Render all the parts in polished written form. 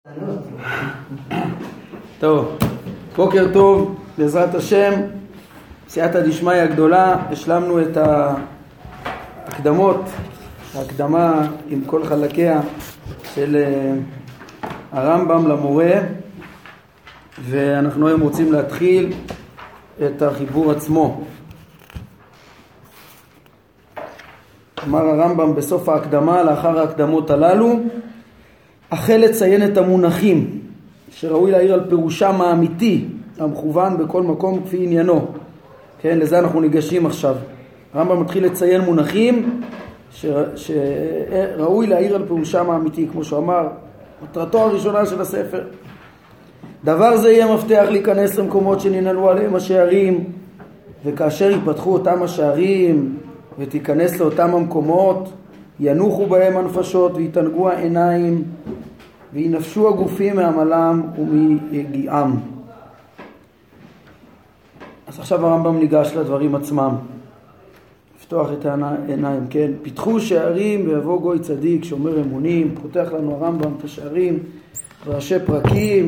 טוב, בוקר טוב, בעזרת השם, סייעתא דשמיא הגדולה, השלמנו את ההקדמה עם כל חלקיה של הרמב"ם למורה, ואנחנו היום רוצים להתחיל את החיבור עצמו. אמר הרמב"ם בסוף ההקדמה, לאחר ההקדמות הללו, החל לציין את המונחים שראוי להעיר על פירושם האמיתי המכוון בכל מקום כפי עניינו. כן, לזה אנחנו ניגשים עכשיו. הרמב"ם מתחיל לציין מונחים שראוי להעיר על פירושם האמיתי, כמו שהוא אמר, מטרתו הראשונה של הספר. דבר זה יהיה מפתח להיכנס למקומות שננעלו עליהם השערים, וכאשר ייפתחו אותם השערים ותיכנס לאותם המקומות, ינוחו בהם הנפשות ויתענגו העיניים וינפשו הגופים מעמלם ומיגיעם. אז עכשיו הרמב"ם ניגש לדברים עצמם. לפתוח את העיניים, כן? פיתחו שערים ויבוא גוי צדיק שומר אמונים, פותח לנו הרמב"ם את השערים וראשי פרקים,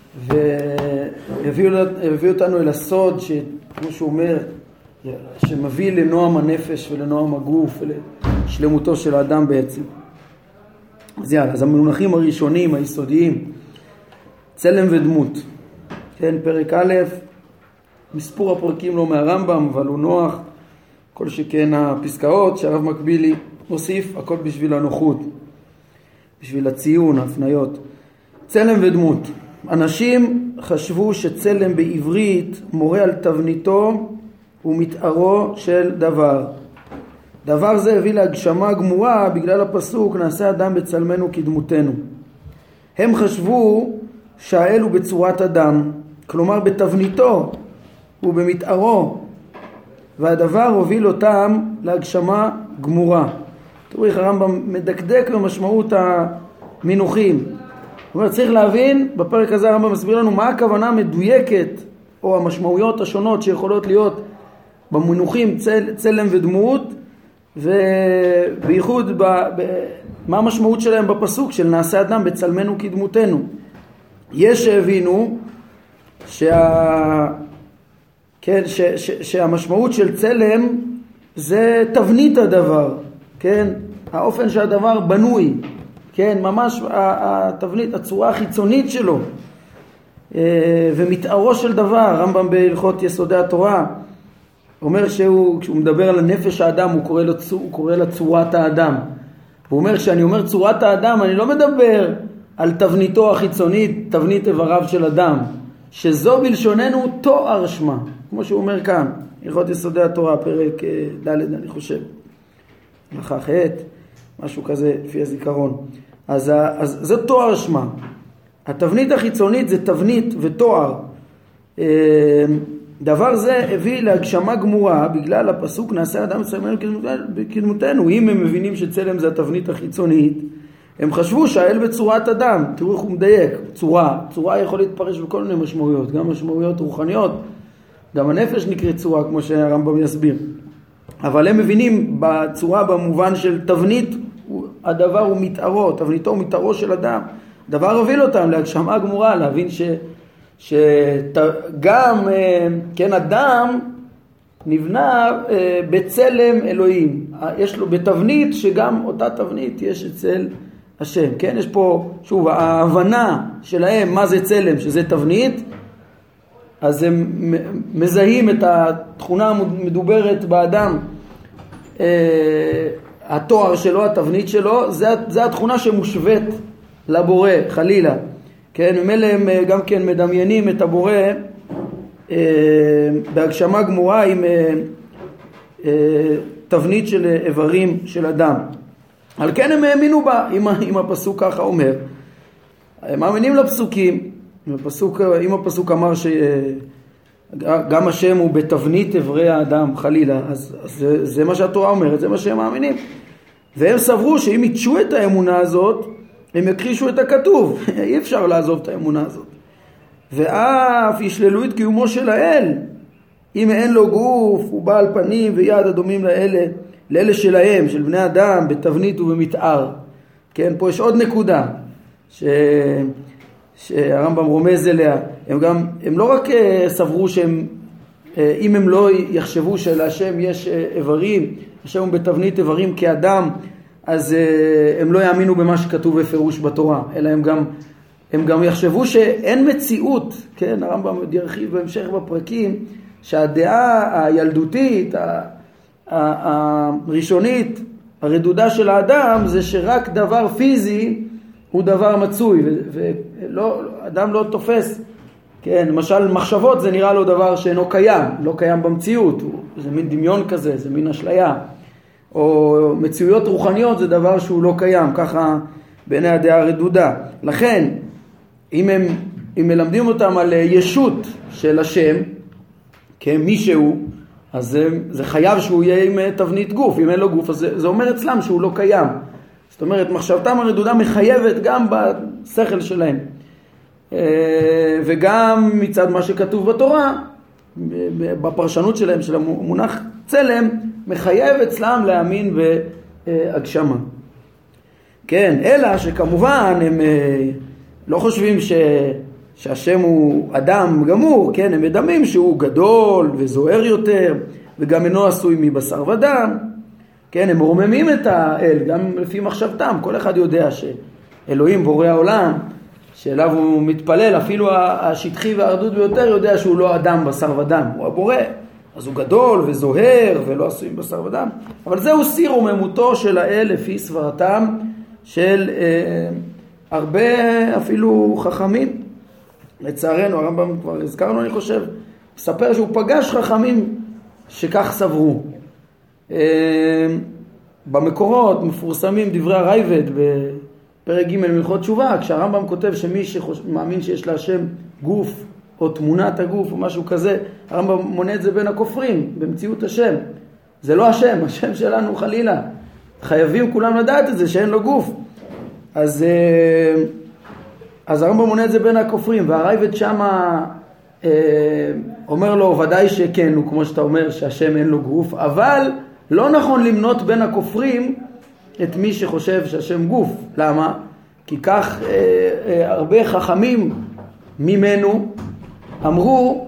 והביא אותנו אל הסוד שכמו שהוא אומר, שמביא לנועם הנפש ולנועם הגוף ולשלמותו של האדם בעצם. אז יאללה, אז המונחים הראשונים, היסודיים, צלם ודמות. כן, פרק א', מספור הפרקים לא מהרמב"ם, אבל הוא נוח, כל שכן הפסקאות שהרב מקבילי מוסיף, הכל בשביל הנוחות, בשביל הציון, ההפניות. צלם ודמות. אנשים חשבו שצלם בעברית מורה על תבניתו ומתארו של דבר. דבר זה הביא להגשמה גמורה בגלל הפסוק נעשה אדם בצלמנו כדמותנו. הם חשבו שהאל הוא בצורת אדם, כלומר בתבניתו ובמתארו, והדבר הוביל אותם להגשמה גמורה. תראו איך הרמב"ם מדקדק במשמעות המינוחים. זאת אומרת, צריך להבין, בפרק הזה הרמב"ם מסביר לנו מה הכוונה המדויקת או המשמעויות השונות שיכולות להיות במינוחים צלם ודמות, ובייחוד מה המשמעות שלהם בפסוק של נעשה אדם בצלמנו כדמותנו. יש שהבינו שהמשמעות של צלם זה תבנית הדבר, כן? האופן שהדבר בנוי, כן? ממש התבנית, הצורה החיצונית שלו, ומתארו של דבר. הרמב"ם בהלכות יסודי התורה אומר כשהוא מדבר על הנפש האדם, הוא קורא לה צורת האדם. הוא אומר שאני אומר צורת האדם, אני לא מדבר על תבניתו החיצונית, תבנית איבריו של אדם, שזו בלשוננו תואר שמה, כמו שהוא אומר כאן, הלכות יסודי התורה, פרק ד' אני חושב, הלכה ח', משהו כזה לפי הזיכרון. אז זה תואר שמה. התבנית החיצונית זה תבנית ותואר. דבר זה הביא להגשמה גמורה בגלל הפסוק נעשה אדם בצלמנו כדמותנו. אם הם מבינים שצלם זה התבנית החיצונית, הם חשבו שהאל בצורת אדם. תראו איך הוא מדייק, צורה יכול להתפרש בכל מיני משמעויות, גם משמעויות רוחניות, גם הנפש נקראת צורה כמו שהרמב"ם יסביר, אבל הם מבינים בצורה במובן של תבנית, הדבר הוא מתארו, תבניתו הוא מתארו של אדם. דבר הוביל אותם להגשמה גמורה, להבין שגם כן אדם נבנה בצלם אלוהים, יש לו בתבנית שגם אותה תבנית יש אצל השם. כן, יש פה שוב ההבנה שלהם מה זה צלם, שזה תבנית, אז הם מזהים את התכונה המדוברת באדם, התואר שלו, התבנית שלו, זה התכונה שמושווית לבורא חלילה. כן, ממילא הם גם כן מדמיינים את הבורא בהגשמה גמורה עם תבנית של איברים של אדם. על כן הם האמינו בה, אם הפסוק ככה אומר. הם מאמינים לפסוקים. אם הפסוק אמר שגם השם הוא בתבנית איברי האדם חלילה, אז זה מה שהתורה אומרת, זה מה שהם מאמינים. והם סברו שאם יתשו את האמונה הזאת, הם יכחישו את הכתוב. אי אפשר לעזוב את האמונה הזאת. ואף ישללו את קיומו של האל, אם אין לו גוף ובעל פנים ויד הדומים לאלה שלהם, של בני אדם, בתבנית ובמתאר. כן, פה יש עוד נקודה, שהרמב"ם רומז אליה, הם לא רק סברו שהם, אם הם לא יחשבו שלהשם יש איברים, השם הוא בתבנית איברים כאדם, אז הם לא יאמינו במה שכתוב בפירוש בתורה, אלא הם גם יחשבו שאין מציאות, כן, הרמב"ם ירחיב בהמשך בפרקים, שהדעה הילדותית, הראשונית, הרדודה של האדם, זה שרק דבר פיזי הוא דבר מצוי, ואדם לא תופס, כן, למשל מחשבות זה נראה לו דבר שאינו קיים, לא קיים במציאות, זה מין דמיון כזה, זה מין אשליה, או מציאויות רוחניות זה דבר שהוא לא קיים, ככה בעיני הדעה הרדודה. לכן, אם מלמדים אותם על ישות של השם, כמישהו, אז זה חייב שהוא יהיה עם תבנית גוף, אם אין לו גוף, אז זה אומר אצלם שהוא לא קיים. זאת אומרת, מחשבתם הרדודה מחייבת גם בשכל שלהם. וגם מצד מה שכתוב בתורה, בפרשנות שלהם, של המונח צלם, מחייב אצלם להאמין בהגשמה. כן, אלא שכמובן הם לא חושבים שהשם הוא אדם גמור, כן, הם מדמים שהוא גדול וזוהר יותר, וגם אינו עשוי מבשר ודם, כן, הם מרוממים את האל, גם לפי מחשבתם, כל אחד יודע שאלוהים בורא העולם, שאליו הוא מתפלל, אפילו השטחי והארדות ביותר יודע שהוא לא אדם בשר ודם, הוא הבורא, אז הוא גדול וזוהר ולא עשוי מבשר ודם, אבל זהו סיר רוממותו של האל לפי סברתם של הרבה אפילו חכמים. לצערנו, הרמב"ם כבר הזכרנו, אני חושב, מספר שהוא פגש חכמים שכך סברו. במקורות מפורסמים דברי הרייבד בפרק ג' מלכות תשובה, כשהרמב"ם כותב שמי שמאמין שיש להשם גוף או תמונת הגוף או משהו כזה, הרמב"ם מונה את זה בין הכופרים, במציאות השם. זה לא השם, השם שלנו חלילה. חייבים כולם לדעת את זה, שאין לו גוף. אז הרמב"ם מונה את זה בין הכופרים, והרייבד שמה אומר לו, ודאי שכן, הוא כמו שאתה אומר, שהשם אין לו גוף, אבל לא נכון למנות בין הכופרים את מי שחושב שהשם גוף. למה? כי כך הרבה חכמים ממנו אמרו,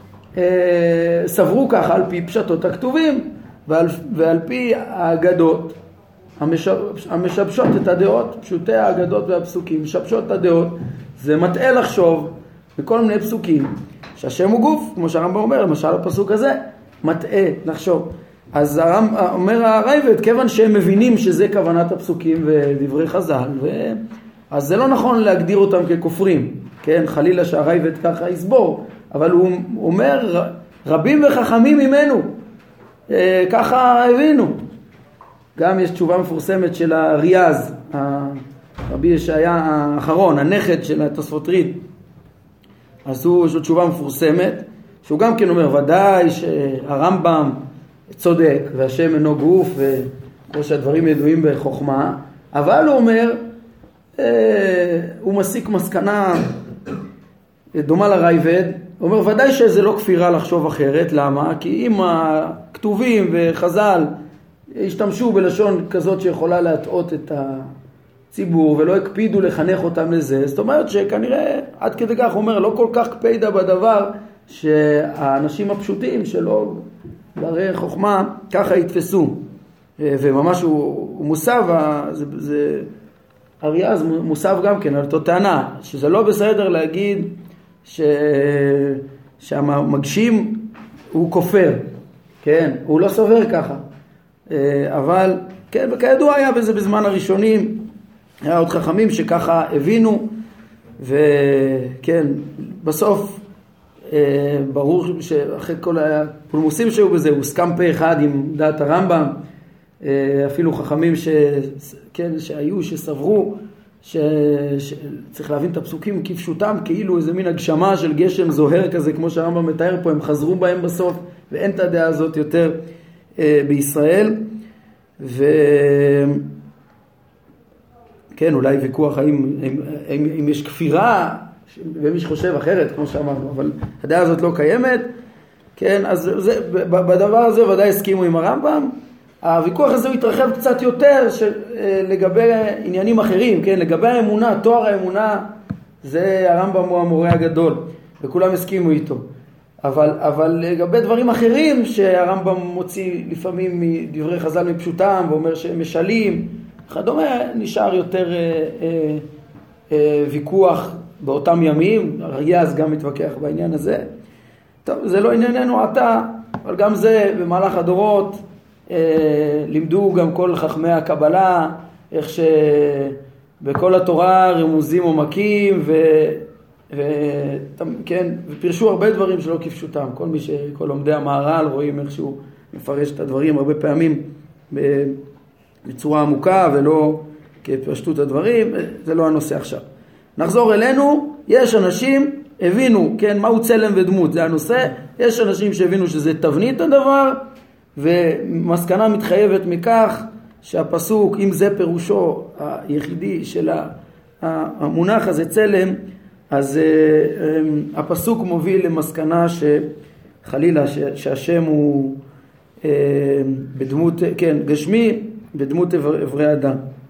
סברו ככה על פי פשטות הכתובים, ועל פי האגדות, המשבשות את הדעות, פשוטי האגדות והפסוקים, משבשות את הדעות, זה מטעה לחשוב בכל מיני פסוקים, שהשם הוא גוף, כמו שהרמב"ם אומר, למשל הפסוק הזה, מטעה לחשוב. אז אומר הרייבד, כיוון שהם מבינים שזה כוונת הפסוקים ודברי חז"ל, אז זה לא נכון להגדיר אותם ככופרים, כן, חלילה שהרייבד ככה יסבור, אבל הוא אומר, רבים וחכמים ממנו, ככה הבינו. גם יש תשובה מפורסמת של הריאז, רבי ישעיה האחרון, הנכד של התוספות ריד. אז הוא תשובה מפורסמת, שהוא גם כן אומר, ודאי שהרמב"ם צודק, והשם אינו גוף, וכמו שהדברים ידועים בחוכמה, אבל הוא אומר, הוא מסיק מסקנה דומה לרייבד, הוא אומר, ודאי שזה לא כפירה לחשוב אחרת, למה? כי אם הכתובים וחז"ל השתמשו בלשון כזאת שיכולה להטעות את הציבור ולא הקפידו לחנך אותם לזה, זאת אומרת שכנראה עד כדי כך הוא אומר לא כל כך קפידה בדבר שהאנשים הפשוטים שלא ברי חוכמה ככה יתפסו, וממש הוא מוסב, זה אריאז מוסב גם כן על אותו טענה שזה לא בסדר להגיד שהמגשים הוא כופר, כן, הוא לא סובר ככה, אבל כן, וכידוע היה בזה בזמן הראשונים, היה עוד חכמים שככה הבינו, וכן, בסוף ברור שאחרי כל הפולמוסים שהיו בזה, הוא הסכם פה אחד עם דעת הרמב"ם, אפילו חכמים שהיו, שסברו, שצריך להבין את הפסוקים כפשוטם, כאילו איזה מין הגשמה של גשם זוהר כזה, כמו שהרמב"ם מתאר פה, הם חזרו בהם בסוף, ואין את הדעה הזאת יותר בישראל. כן, אולי ויכוח אם יש כפירה ומי שחושב אחרת, כמו שאמרנו, אבל הדעה הזאת לא קיימת. כן, אז בדבר הזה ודאי הסכימו עם הרמב"ם. הוויכוח הזה הוא התרחב קצת יותר לגבי עניינים אחרים, כן, לגבי האמונה, תואר האמונה, זה הרמב"ם הוא המורה הגדול, וכולם הסכימו איתו. אבל לגבי דברים אחרים שהרמב"ם מוציא לפעמים מדברי חז"ל מפשוטם, ואומר שהם משלים, וכדומה, נשאר יותר ויכוח באותם ימים. הריי"ז גם מתווכח בעניין הזה. טוב, זה לא ענייננו עתה, אבל גם זה במהלך הדורות לימדו גם כל חכמי הקבלה, איך שבכל התורה רמוזים עומקים כן, ופרשו הרבה דברים שלא כפשוטם. כל לומדי המהר"ל רואים איך שהוא מפרש את הדברים הרבה פעמים בצורה עמוקה ולא כפשטות הדברים. זה לא הנושא עכשיו. נחזור אלינו. יש אנשים הבינו, כן, מהו צלם ודמות, זה הנושא. יש אנשים שהבינו שזה תבנית הדבר, ומסקנה מתחייבת מכך שהפסוק, אם זה פירושו היחידי של המונח הזה צלם, אז הפסוק מוביל למסקנה שחלילה שהשם הוא בדמות, כן, גשמי, בדמות אברי אדם.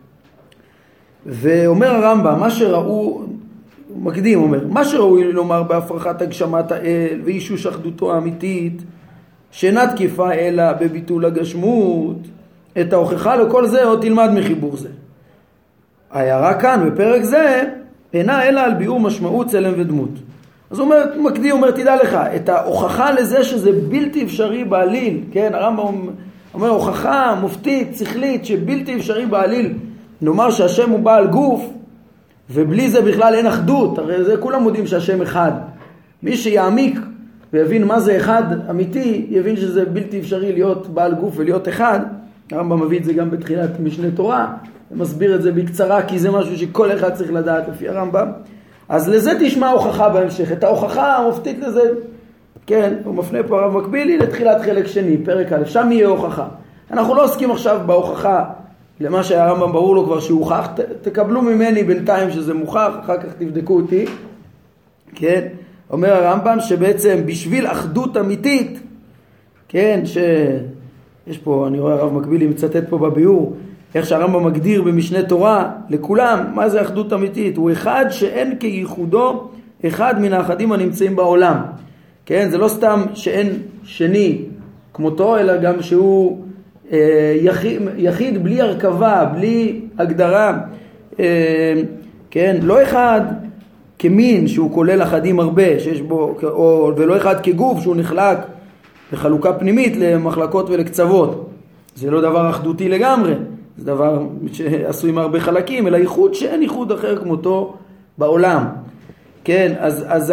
ואומר הרמב"ם, מה שראו, הוא מקדים, אומר, מה שראוי לומר בהפרחת הגשמת האל ואישוש אחדותו האמיתית, שאינה תקיפה אלא בביטול הגשמות, את ההוכחה לכל זה עוד תלמד מחיבור זה. ההערה כאן בפרק זה אינה אלא על ביאור משמעות צלם ודמות. אז הוא מקדים, אומר, תדע לך, את ההוכחה לזה שזה בלתי אפשרי בעליל, כן, הרמב"ם אומר, הוכחה מופתית, שכלית, שבלתי אפשרי בעליל, נאמר שהשם הוא בעל גוף, ובלי זה בכלל אין אחדות. הרי זה כולם מודים שהשם אחד. מי שיעמיק ויבין מה זה אחד אמיתי, יבין שזה בלתי אפשרי להיות בעל גוף ולהיות אחד. הרמב"ם מביא את זה גם בתחילת משנה תורה, ומסביר את זה בקצרה, כי זה משהו שכל אחד צריך לדעת לפי הרמב"ם. אז לזה תשמע הוכחה בהמשך. את ההוכחה המופתית לזה, כן, הוא מפנה פה הרב מקבילי לתחילת חלק שני, פרק א', שם יהיה הוכחה. אנחנו לא עוסקים עכשיו בהוכחה למה שהרמב"ם ברור לו כבר שהוא הוכח, תקבלו ממני בינתיים שזה מוכח, אחר כך תבדקו אותי. כן, אומר הרמב"ם שבעצם בשביל אחדות אמיתית, כן, שיש פה, אני רואה הרב מקבילי מצטט פה בביאור, איך שהרמב"ם מגדיר במשנה תורה לכולם, מה זה אחדות אמיתית? הוא אחד שאין כייחודו אחד מן האחדים הנמצאים בעולם. כן, זה לא סתם שאין שני כמותו, אלא גם שהוא יחיד בלי הרכבה, בלי הגדרה, כן, לא אחד כמין שהוא כולל אחדים הרבה שיש בו, ולא אחד כגוף שהוא נחלק בחלוקה פנימית למחלקות ולקצוות. זה לא דבר אחדותי לגמרי, זה דבר שעשוי מהרבה חלקים, אלא ייחוד שאין ייחוד אחר כמותו בעולם. כן, אז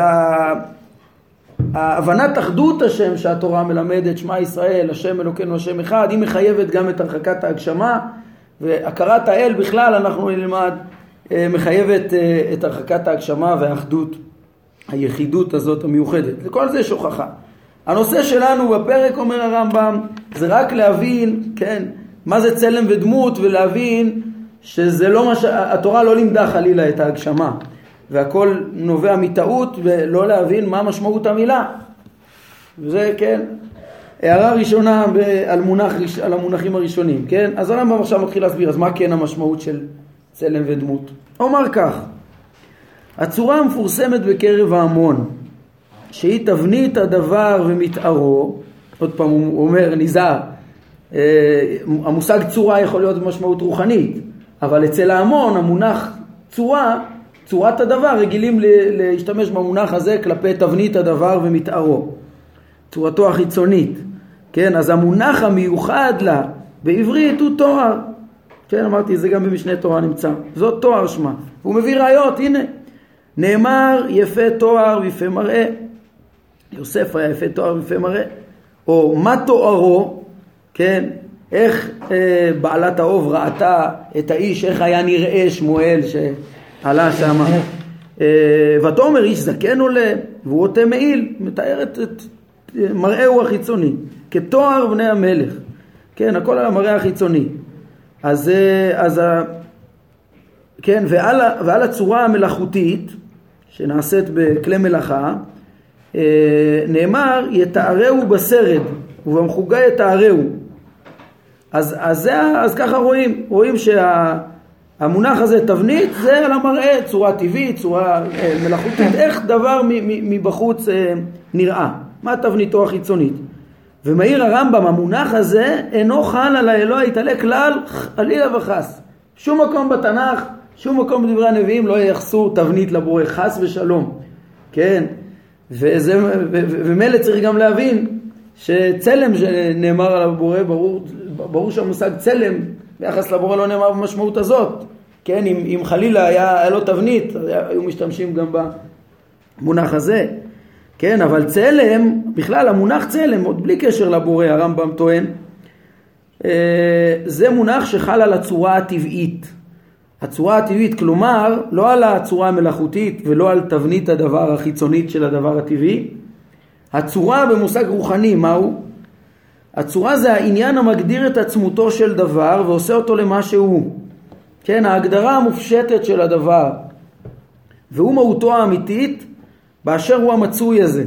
ההבנת אחדות השם שהתורה מלמדת, שמע ישראל, השם אלוקינו השם אחד, היא מחייבת גם את הרחקת ההגשמה, והכרת האל בכלל אנחנו נלמד, מחייבת את הרחקת ההגשמה והאחדות, היחידות הזאת המיוחדת. לכל זה יש הוכחה. הנושא שלנו בפרק, אומר הרמב"ם, זה רק להבין, כן, מה זה צלם ודמות, ולהבין שזה לא מה התורה לא לימדה חלילה את ההגשמה. והכל נובע מטעות ולא להבין מה משמעות המילה. וזה, כן, הערה ראשונה על המונחים הראשונים, כן? אז הרמב"ם עכשיו מתחיל להסביר, אז מה כן המשמעות של צלם ודמות? אומר כך, הצורה המפורסמת בקרב ההמון, שהיא תבנית הדבר ומתארו, עוד פעם הוא אומר, נזהר, המושג צורה יכול להיות במשמעות רוחנית, אבל אצל ההמון המונח צורת הדבר, רגילים להשתמש במונח הזה כלפי תבנית הדבר ומתארו, צורתו החיצונית. כן, אז המונח המיוחד לה בעברית הוא תואר. כן, אמרתי, זה גם במשנה תורה נמצא. זאת תואר שמה. והוא מביא ראיות, הנה. נאמר יפה תואר ויפה מראה. יוסף היה יפה תואר ויפה מראה. או מה תוארו, כן, איך בעלת האוב ראתה את האיש, איך היה נראה שמואל שעלה שם. ותאמר איש זקן עולה, והוא עוטה מעיל, מתארת את מראהו החיצוני, כתואר בני המלך. כן, הכל על המראה החיצוני. כן, ועל הצורה המלאכותית, שנעשית בכלי מלאכה, נאמר, יתארהו בסרד, ובמחוגה יתארהו. אז ככה רואים המונח הזה תבנית זה על המראה, צורה טבעית, צורה מלאכותית, איך דבר מבחוץ נראה, מה תבניתו החיצונית. ומעיר הרמב"ם, המונח הזה אינו חל על האלוה יתעלה כלל חלילה וחס. שום מקום בתנ"ך, שום מקום בדברי הנביאים לא ייחסו תבנית לבורא, חס ושלום. כן, ומילא צריך גם להבין שצלם שנאמר על הבורא, ברור שהמושג צלם ביחס לבורא לא נאמר במשמעות הזאת. כן, אם חלילה היה לו תבנית, היו משתמשים גם במונח הזה. כן, אבל צלם, בכלל המונח צלם, עוד בלי קשר לבורא, הרמב"ם טוען, זה מונח שחל על הצורה הטבעית. הצורה הטבעית, כלומר, לא על הצורה המלאכותית ולא על תבנית הדבר החיצונית של הדבר הטבעי. הצורה במושג רוחני, מהו? הצורה זה העניין המגדיר את עצמותו של דבר ועושה אותו למה שהוא. כן, ההגדרה המופשטת של הדבר, והוא מהותו האמיתית באשר הוא המצוי הזה.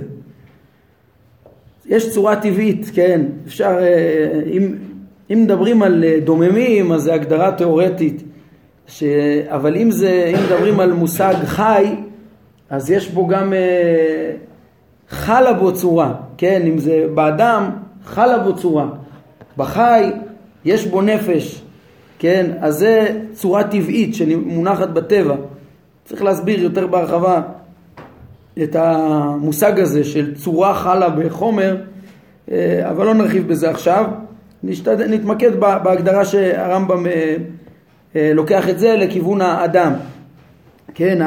יש צורה טבעית, כן, אפשר, אם מדברים על דוממים, אז זה הגדרה תיאורטית, אבל אם מדברים על מושג חי, אז יש בו גם חלה בו צורה, כן, אם זה באדם, חלה בו צורה, בחי יש בו נפש, כן, אז זה צורה טבעית שמונחת בטבע. צריך להסביר יותר בהרחבה את המושג הזה של צורה חלה בחומר, אבל לא נרחיב בזה עכשיו. נתמקד בהגדרה שהרמב"ם לוקח את זה לכיוון האדם. כן,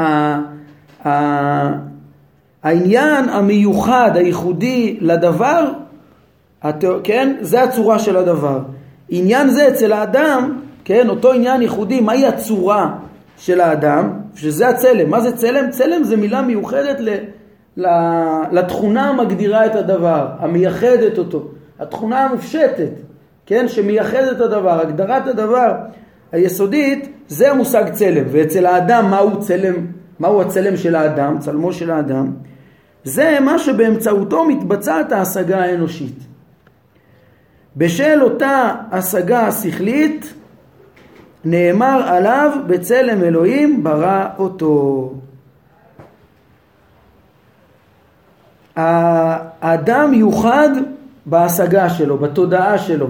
העניין המיוחד, הייחודי לדבר, כן, זה הצורה של הדבר. עניין זה אצל האדם, כן, אותו עניין ייחודי, מהי הצורה של האדם, שזה הצלם. מה זה צלם? צלם זה מילה מיוחדת לתכונה המגדירה את הדבר, המייחדת אותו, התכונה המופשטת, כן, שמייחדת את הדבר, הגדרת הדבר היסודית, זה המושג צלם. ואצל האדם, מהו הצלם של האדם, צלמו של האדם? זה מה שבאמצעותו מתבצעת ההשגה האנושית. בשל אותה השגה השכלית, נאמר עליו בצלם אלוהים ברא אותו. האדם יוחד בהשגה שלו, בתודעה שלו,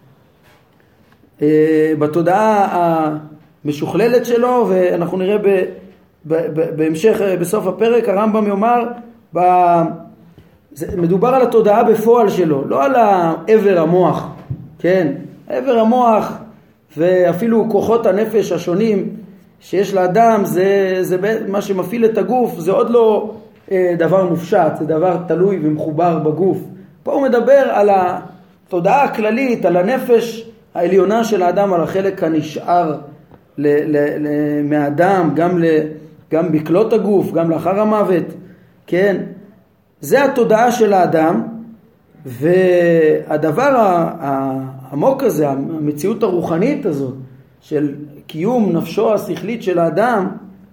בתודעה המשוכללת שלו, ואנחנו נראה בהמשך, בסוף הפרק, הרמב"ם יאמר, מדובר על התודעה בפועל שלו, לא על העבר המוח, כן, העבר המוח ואפילו כוחות הנפש השונים שיש לאדם, זה מה שמפעיל את הגוף, זה עוד לא דבר מופשט, זה דבר תלוי ומחובר בגוף. פה הוא מדבר על התודעה הכללית, על הנפש העליונה של האדם, על החלק הנשאר מהאדם, גם בקלות הגוף, גם לאחר המוות, כן? זה התודעה של האדם, והדבר העמוק הזה, המציאות הרוחנית הזאת, של קיום נפשו השכלית של האדם,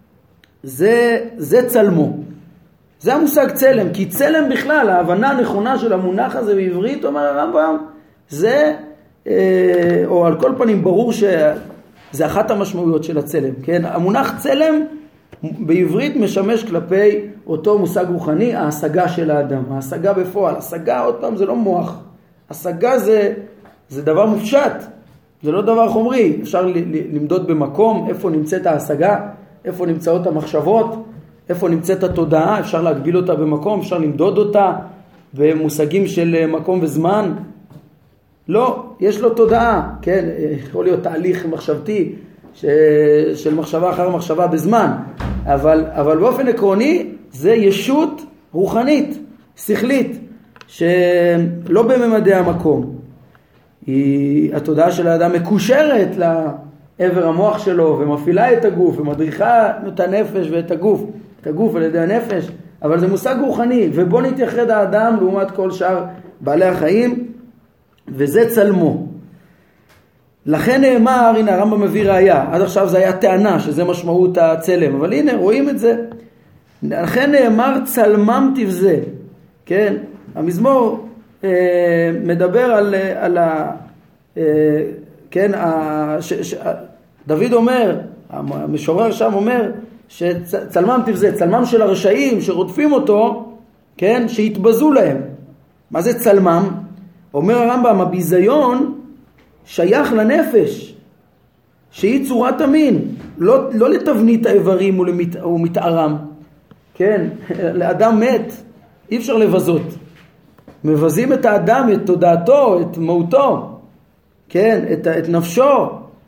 זה צלמו. זה המושג צלם, כי צלם בכלל, ההבנה הנכונה של המונח הזה בעברית, אומר הרמב"ם, זה, או על כל פנים ברור שזה אחת המשמעויות של הצלם, כן? המונח צלם בעברית משמש כלפי אותו מושג רוחני, ההשגה של האדם, ההשגה בפועל. השגה, עוד פעם, זה לא מוח. השגה זה דבר מופשט, זה לא דבר חומרי. אפשר למדוד במקום איפה נמצאת ההשגה, איפה נמצאות המחשבות, איפה נמצאת התודעה, אפשר להגביל אותה במקום, אפשר למדוד אותה במושגים של מקום וזמן. לא, יש לו תודעה, כן, יכול להיות תהליך מחשבתי של מחשבה אחר מחשבה בזמן, אבל באופן עקרוני זה ישות רוחנית, שכלית, שלא בממדי המקום. התודעה של האדם מקושרת לעבר המוח שלו ומפעילה את הגוף ומדריכה את הנפש ואת הגוף על ידי הנפש, אבל זה מושג רוחני, ובו נתייחד האדם לעומת כל שאר בעלי החיים, וזה צלמו. לכן נאמר, הנה הרמב"ם מביא ראיה, עד עכשיו זה היה טענה שזה משמעות הצלם, אבל הנה רואים את זה. לכן נאמר צלמם תבזה, כן? המזמור מדבר על כן, דוד אומר, המשורר שם אומר שצלמם תבזה, צלמם של הרשעים שרודפים אותו, כן, שהתבזו להם. מה זה צלמם? אומר הרמב"ם, הביזיון שייך לנפש, שהיא צורת המין, לא לתבנית האיברים ומתארם. כן, לאדם מת, אי אפשר לבזות. מבזים את האדם, את תודעתו, את מהותו, כן, את נפשו.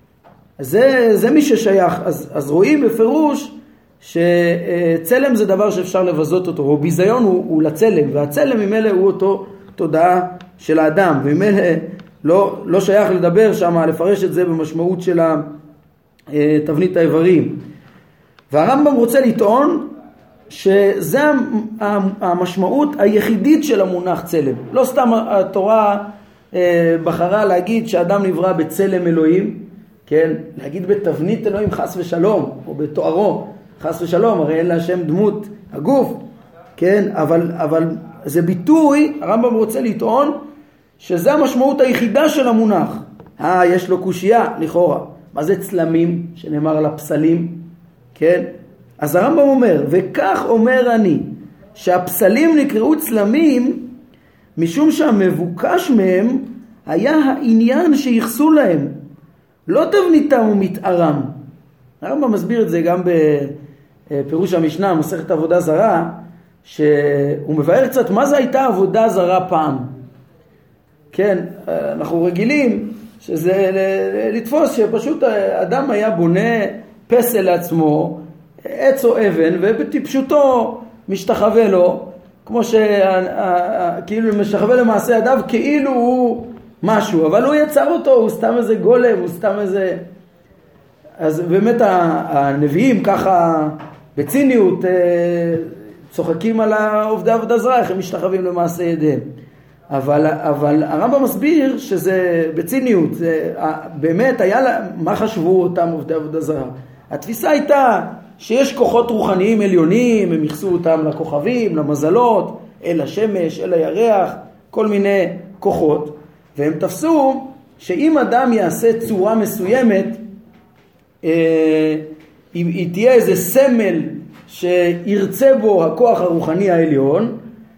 זה מי ששייך. אז רואים בפירוש שצלם זה דבר שאפשר לבזות אותו, או ביזיון הוא לצלם, והצלם ממילא הוא אותו תודעה של האדם, וממילא לא שייך לדבר שם, לפרש את זה במשמעות של תבנית האיברים. והרמב"ם רוצה לטעון שזה המשמעות היחידית של המונח צלם. לא סתם התורה בחרה להגיד שאדם נברא בצלם אלוהים, כן? להגיד בתבנית אלוהים חס ושלום, או בתוארו חס ושלום, הרי אין להשם דמות הגוף, כן? אבל זה ביטוי, הרמב"ם רוצה לטעון שזה המשמעות היחידה של המונח. יש לו קושייה לכאורה. מה זה צלמים שנאמר על הפסלים? כן? אז הרמב"ם אומר, וכך אומר אני, שהפסלים נקראו צלמים משום שהמבוקש מהם היה העניין שיחסו להם, לא תבניתם ומתארם. הרמב"ם מסביר את זה גם בפירוש המשנה, מסכת עבודה זרה, שהוא מבאר קצת מה זה הייתה עבודה זרה פעם. כן, אנחנו רגילים שזה לתפוס שפשוט אדם היה בונה פסל לעצמו, עץ או אבן, ובטיפשותו משתחווה לו, כמו כאילו משתחווה למעשה ידיו, כאילו הוא משהו, אבל הוא יצר אותו, הוא סתם איזה גולם, הוא סתם איזה... אז באמת הנביאים ככה בציניות צוחקים על עובדי עבודה זרה, איך הם משתחווים למעשה ידיהם. אבל הרמב"ם מסביר שזה בציניות, באמת היה, מה חשבו אותם עובדי עבודה זרה? התפיסה הייתה שיש כוחות רוחניים עליונים, הם יחסו אותם לכוכבים, למזלות, אל השמש, אל הירח, כל מיני כוחות, והם תפסו שאם אדם יעשה צורה מסוימת, היא תהיה איזה סמל שירצה בו הכוח הרוחני העליון,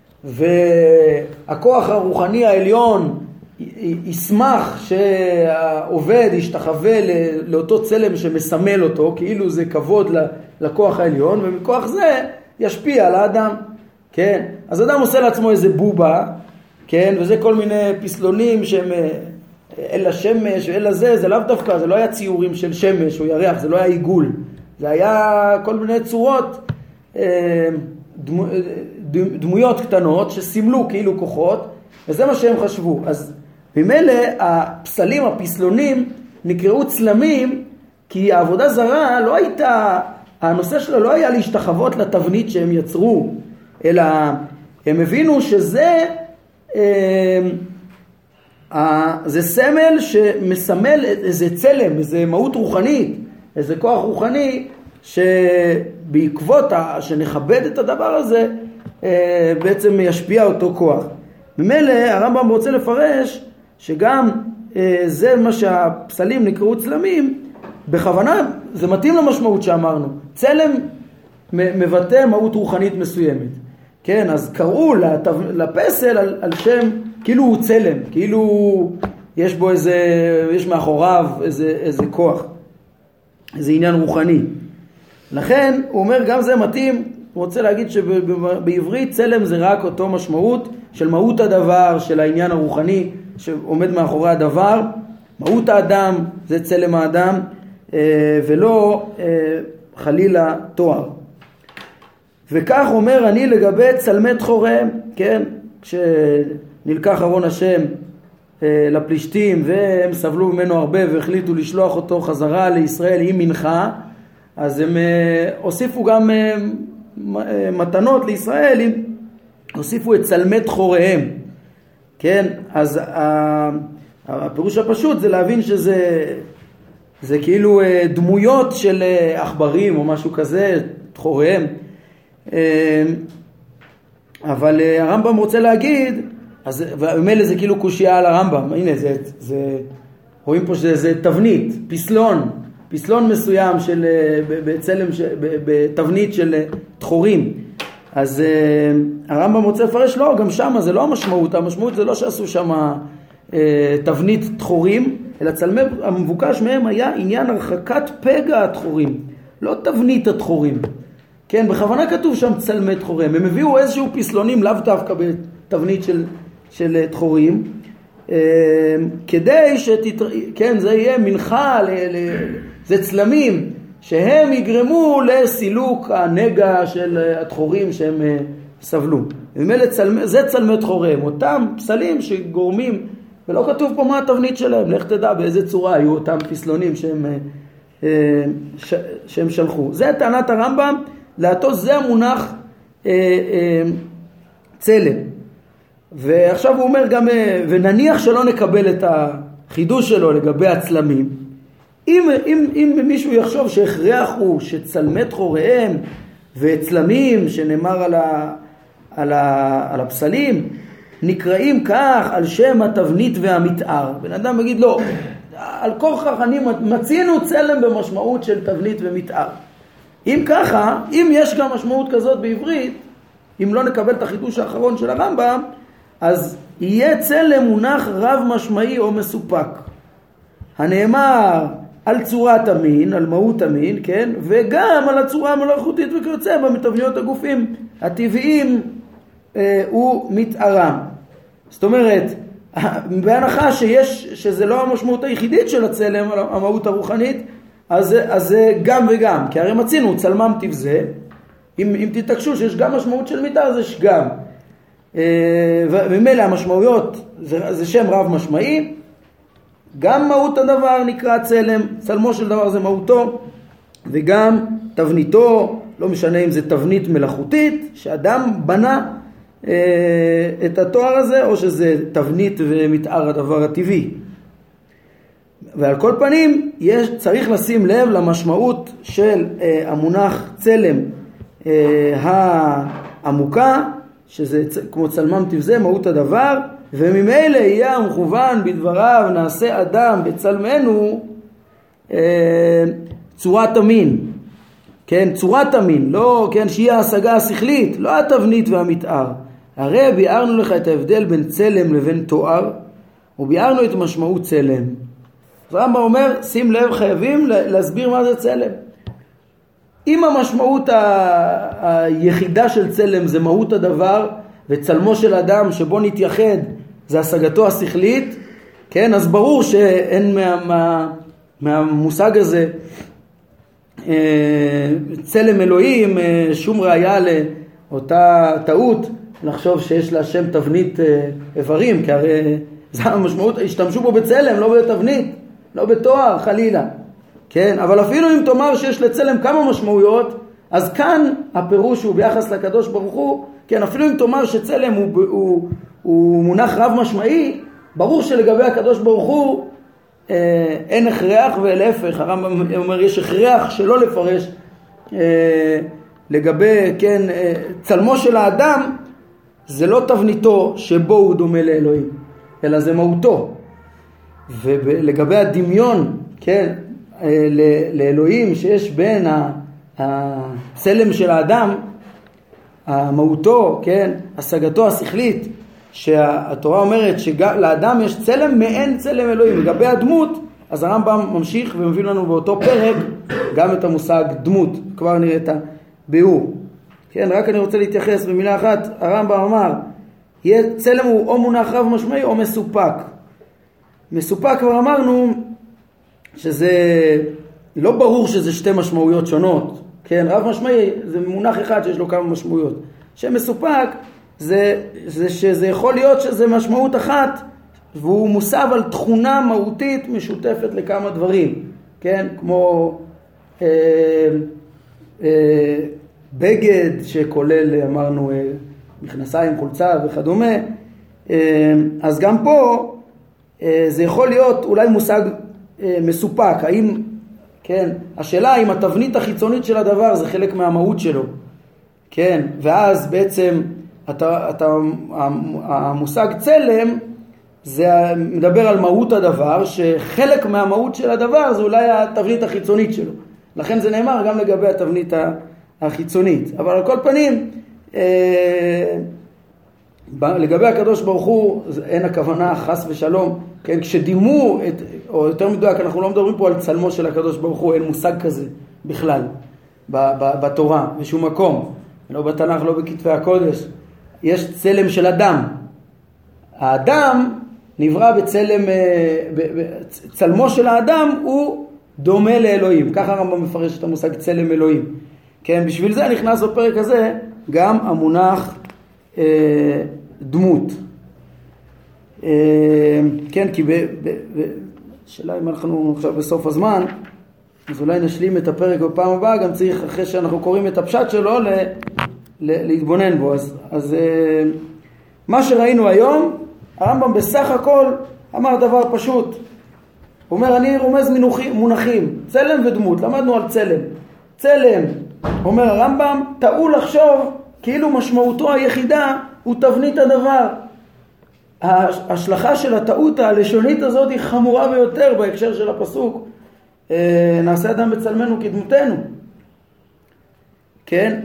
והכוח הרוחני העליון ישמח שהעובד ישתחווה לאותו צלם שמסמל אותו, כאילו זה כבוד לכוח העליון, ומכוח זה ישפיע על האדם. כן? אז אדם עושה לעצמו איזה בובה, כן? וזה כל מיני פסלונים שהם אל השמש ואל הזה, זה לאו דווקא, זה לא היה ציורים של שמש או ירח, זה לא היה עיגול, זה היה כל מיני צורות, דמויות קטנות שסימלו כאילו כוחות, וזה מה שהם חשבו. אז במילא הפסלים, הפסלונים נקראו צלמים, כי העבודה זרה לא הייתה, הנושא שלה לא היה להשתחוות לתבנית שהם יצרו, אלא הם הבינו שזה זה סמל שמסמל איזה צלם, איזה מהות רוחנית, איזה כוח רוחני, שבעקבות שנכבד את הדבר הזה, בעצם ישפיע אותו כוח. ממילא הרמב"ם רוצה לפרש שגם זה מה שהפסלים נקראו צלמים, בכוונה זה מתאים למשמעות שאמרנו. צלם מבטא מהות רוחנית מסוימת. כן, אז קראו לפסל על שם, כאילו הוא צלם, כאילו יש בו איזה, יש מאחוריו איזה כוח, איזה עניין רוחני. לכן הוא אומר גם זה מתאים, הוא רוצה להגיד שבעברית צלם זה רק אותו משמעות של מהות הדבר, של העניין הרוחני שעומד מאחורי הדבר. מהות האדם זה צלם האדם, ולא חלילה תואר. וכך אומר אני לגבי צלמי תחוריהם, כן? כשנלקח ארון השם לפלישתים והם סבלו ממנו הרבה והחליטו לשלוח אותו חזרה לישראל עם מנחה, אז הם הוסיפו גם מתנות לישראל, הוסיפו את צלמי תחוריהם, כן? אז הפירוש הפשוט זה להבין שזה כאילו דמויות של עכברים או משהו כזה, תחוריהם. אבל הרמב"ם רוצה להגיד, אז ומילא זה כאילו קושייה על הרמב"ם, הנה זה רואים פה שזה תבנית, פסלון מסוים של, בצלם, בתבנית של תחורים. אז הרמב"ם רוצה לפרש, לא, גם שם זה לא המשמעות. המשמעות זה לא שעשו שם תבנית תחורים, אלא צלמי המבוקש מהם היה עניין הרחקת פגע התחורים, לא תבנית התחורים. כן, בכוונה כתוב שם צלמי תחורים. הם הביאו איזשהו פסלונים, לאו דווקא בתבנית של תחורים, כדי כן, זה יהיה מנחה, זה צלמים, שהם יגרמו לסילוק הנגע של התחורים שהם סבלו. זה צלמי תחורים, אותם פסלים שגורמים, ולא כתוב פה מה התבנית שלהם, לך תדע באיזה צורה היו אותם פסלונים שהם שלחו. זה טענת הרמב"ם, לאתו זה המונח צלם. ועכשיו הוא אומר גם, ונניח שלא נקבל את החידוש שלו לגבי הצלמים, אם מישהו יחשוב שהכרח הוא שצלמי תחוריהם וצלמים שנאמר על הפסלים נקראים כך על שם התבנית והמתאר, בן אדם יגיד לא, על כורכך אני מצינו צלם במשמעות של תבנית ומתאר. אם ככה, אם יש גם משמעות כזאת בעברית, אם לא נקבל את החידוש האחרון של הרמב"ם, אז יהיה צלם מונח רב משמעי או מסופק, הנאמר על צורת המין, על מהות המין, כן? וגם על הצורה המלאכותית וכיוצא במתבניות הגופים הטבעיים ומתארם. זאת אומרת, בהנחה שזה לא המשמעות היחידית של הצלם, המהות הרוחנית, אז זה גם וגם, כי הרי מצינו צלמם תבזה, אם תתעקשו שיש גם משמעות של מתאר, זה שגם. וממילא המשמעויות זה שם רב משמעי, גם מהות הדבר נקרא צלם, צלמו של דבר זה מהותו, וגם תבניתו, לא משנה אם זה תבנית מלאכותית, שאדם בנה את התואר הזה, או שזה תבנית ומתאר הדבר הטבעי. ועל כל פנים, צריך לשים לב למשמעות של המונח צלם העמוקה, שזה כמו צלמם תבזה, מהות הדבר, וממילא יהיה המכוון בדבריו נעשה אדם בצלמנו צורת המין, כן, צורת המין, לא, כן, שיהיה ההשגה השכלית, לא התבנית והמתאר. הרי ביארנו לך את ההבדל בין צלם לבין תואר, וביארנו את משמעות צלם. אז הרמב"ם אומר, שים לב, חייבים להסביר מה זה צלם. אם המשמעות היחידה של צלם זה מהות הדבר, וצלמו של אדם שבו נתייחד זה השגתו השכלית, כן, אז ברור שאין מהמושג הזה צלם אלוהים שום ראיה לאותה טעות לחשוב שיש לה שם תבנית איברים, כי הרי זה המשמעות, השתמשו בו בצלם, לא בתבנית, לא בתואר, חלילה. כן, אבל אפילו אם תאמר שיש לצלם כמה משמעויות, אז כאן הפירוש הוא ביחס לקדוש ברוך הוא, כן, אפילו אם תאמר שצלם הוא מונח רב משמעי, ברור שלגבי הקדוש ברוך הוא אין הכרח, ולהפך, הרמב"ם אומר יש הכרח שלא לפרש לגבי, כן, צלמו של האדם זה לא תבניתו שבו הוא דומה לאלוהים, אלא זה מהותו. ולגבי הדמיון, כן, לאלוהים שיש בין הצלם של האדם, המהותו, כן, השגתו השכלית, שהתורה אומרת שלאדם יש צלם מעין צלם אלוהים. לגבי הדמות, אז הרמב"ם ממשיך ומביא לנו באותו פרק גם את המושג דמות. כבר נראה את הביאור. כן, רק אני רוצה להתייחס במילה אחת. הרמב"ם אמר, צלם הוא או מונח רב משמעי או מסופק. מסופק כבר אמרנו שזה לא ברור שזה שתי משמעויות שונות. כן, רב משמעי זה מונח אחד שיש לו כמה משמעויות. שמסופק שזה יכול להיות שזה משמעות אחת, והוא מוסב על תכונה מהותית משותפת לכמה דברים. כן, כמו בגד שכולל, אמרנו, מכנסיים, חולצה וכדומה. אז גם פה זה יכול להיות אולי מושג מסופק. האם, כן, השאלה אם התבנית החיצונית של הדבר זה חלק מהמהות שלו. כן, ואז בעצם המושג צלם זה מדבר על מהות הדבר, שחלק מהמהות של הדבר זה אולי התבנית החיצונית שלו. לכן זה נאמר גם לגבי התבנית החיצונית. אבל על כל פנים, לגבי הקדוש ברוך הוא, אין הכוונה חס ושלום, כן? כשדימו, או יותר מדויק, אנחנו לא מדברים פה על צלמו של הקדוש ברוך הוא, אין מושג כזה בכלל בתורה, בשום מקום, לא בתנ"ך, לא בכתבי הקודש. יש צלם של אדם. האדם נברא בצלם, צלמו של האדם הוא דומה לאלוהים. ככה הרמב"ם מפרש את המושג צלם אלוהים. כן, בשביל זה נכנס בפרק הזה גם המונח דמות. כן, כי שאלה אם אנחנו עכשיו בסוף הזמן, אז אולי נשלים את הפרק בפעם הבאה, גם צריך אחרי שאנחנו קוראים את הפשט שלו להתבונן בו. אז מה שראינו היום, הרמב"ם בסך הכל אמר דבר פשוט. הוא אומר, אני רומז מונחים, צלם ודמות, למדנו על צלם. צלם, אומר הרמב"ם, טעו לחשוב כאילו משמעותו היחידה הוא תבנית הדבר. ההשלכה של הטעות הלשונית הזאת היא חמורה ביותר בהקשר של הפסוק. נעשה אדם בצלמנו כדמותנו. כן?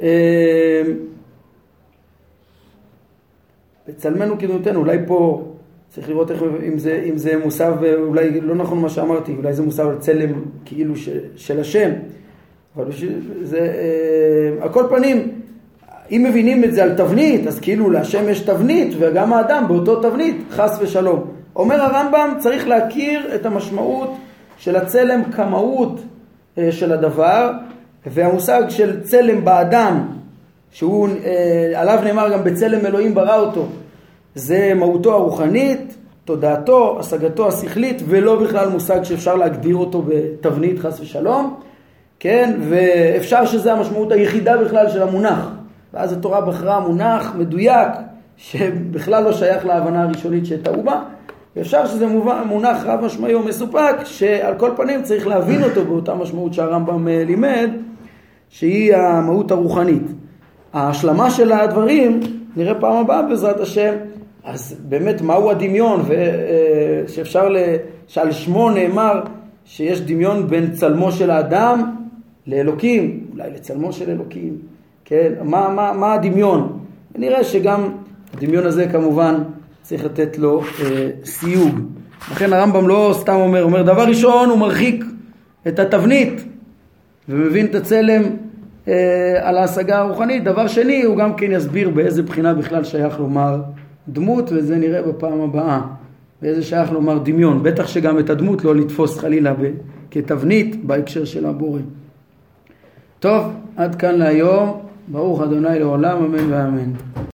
בצלמנו כדמותנו. אולי פה צריך לראות אם זה מוסב, אולי לא נכון מה שאמרתי, אולי זה מוסב על צלם כאילו של השם. אבל זה, על כל פנים, אם מבינים את זה על תבנית, אז כאילו להשם יש תבנית, וגם האדם באותו תבנית, חס ושלום. אומר הרמב"ם, צריך להכיר את המשמעות של הצלם כמהות של הדבר, והמושג של צלם באדם, שהוא עליו נאמר גם בצלם אלוהים ברא אותו, זה מהותו הרוחנית, תודעתו, השגתו השכלית, ולא בכלל מושג שאפשר להגדיר אותו בתבנית חס ושלום. כן, ואפשר שזה המשמעות היחידה בכלל של המונח. ואז התורה בחרה מונח מדויק, שבכלל לא שייך להבנה הראשונית שטעו בה. ואפשר שזה מונח רב משמעי או מסופק, שעל כל פנים צריך להבין אותו באותה משמעות שהרמב"ם לימד, שהיא המהות הרוחנית. ההשלמה של הדברים, נראה פעם הבאה בעזרת השם, אז באמת מהו הדמיון, ושאפשר שעל שמו נאמר שיש דמיון בין צלמו של האדם לאלוקים, אולי לצלמו של אלוקים, כן? מה הדמיון? ונראה שגם הדמיון הזה כמובן צריך לתת לו סיוג. לכן הרמב"ם לא סתם אומר דבר ראשון הוא מרחיק את התבנית ומבין את הצלם על ההשגה הרוחנית. דבר שני הוא גם כן יסביר באיזה בחינה בכלל שייך לומר דמות, וזה נראה בפעם הבאה, באיזה שייך לומר דמיון. בטח שגם את הדמות לא לתפוס חלילה כתבנית בהקשר של הבורא. טוב, עד כאן להיום. ברוך ה' לעולם, אמן ואמן.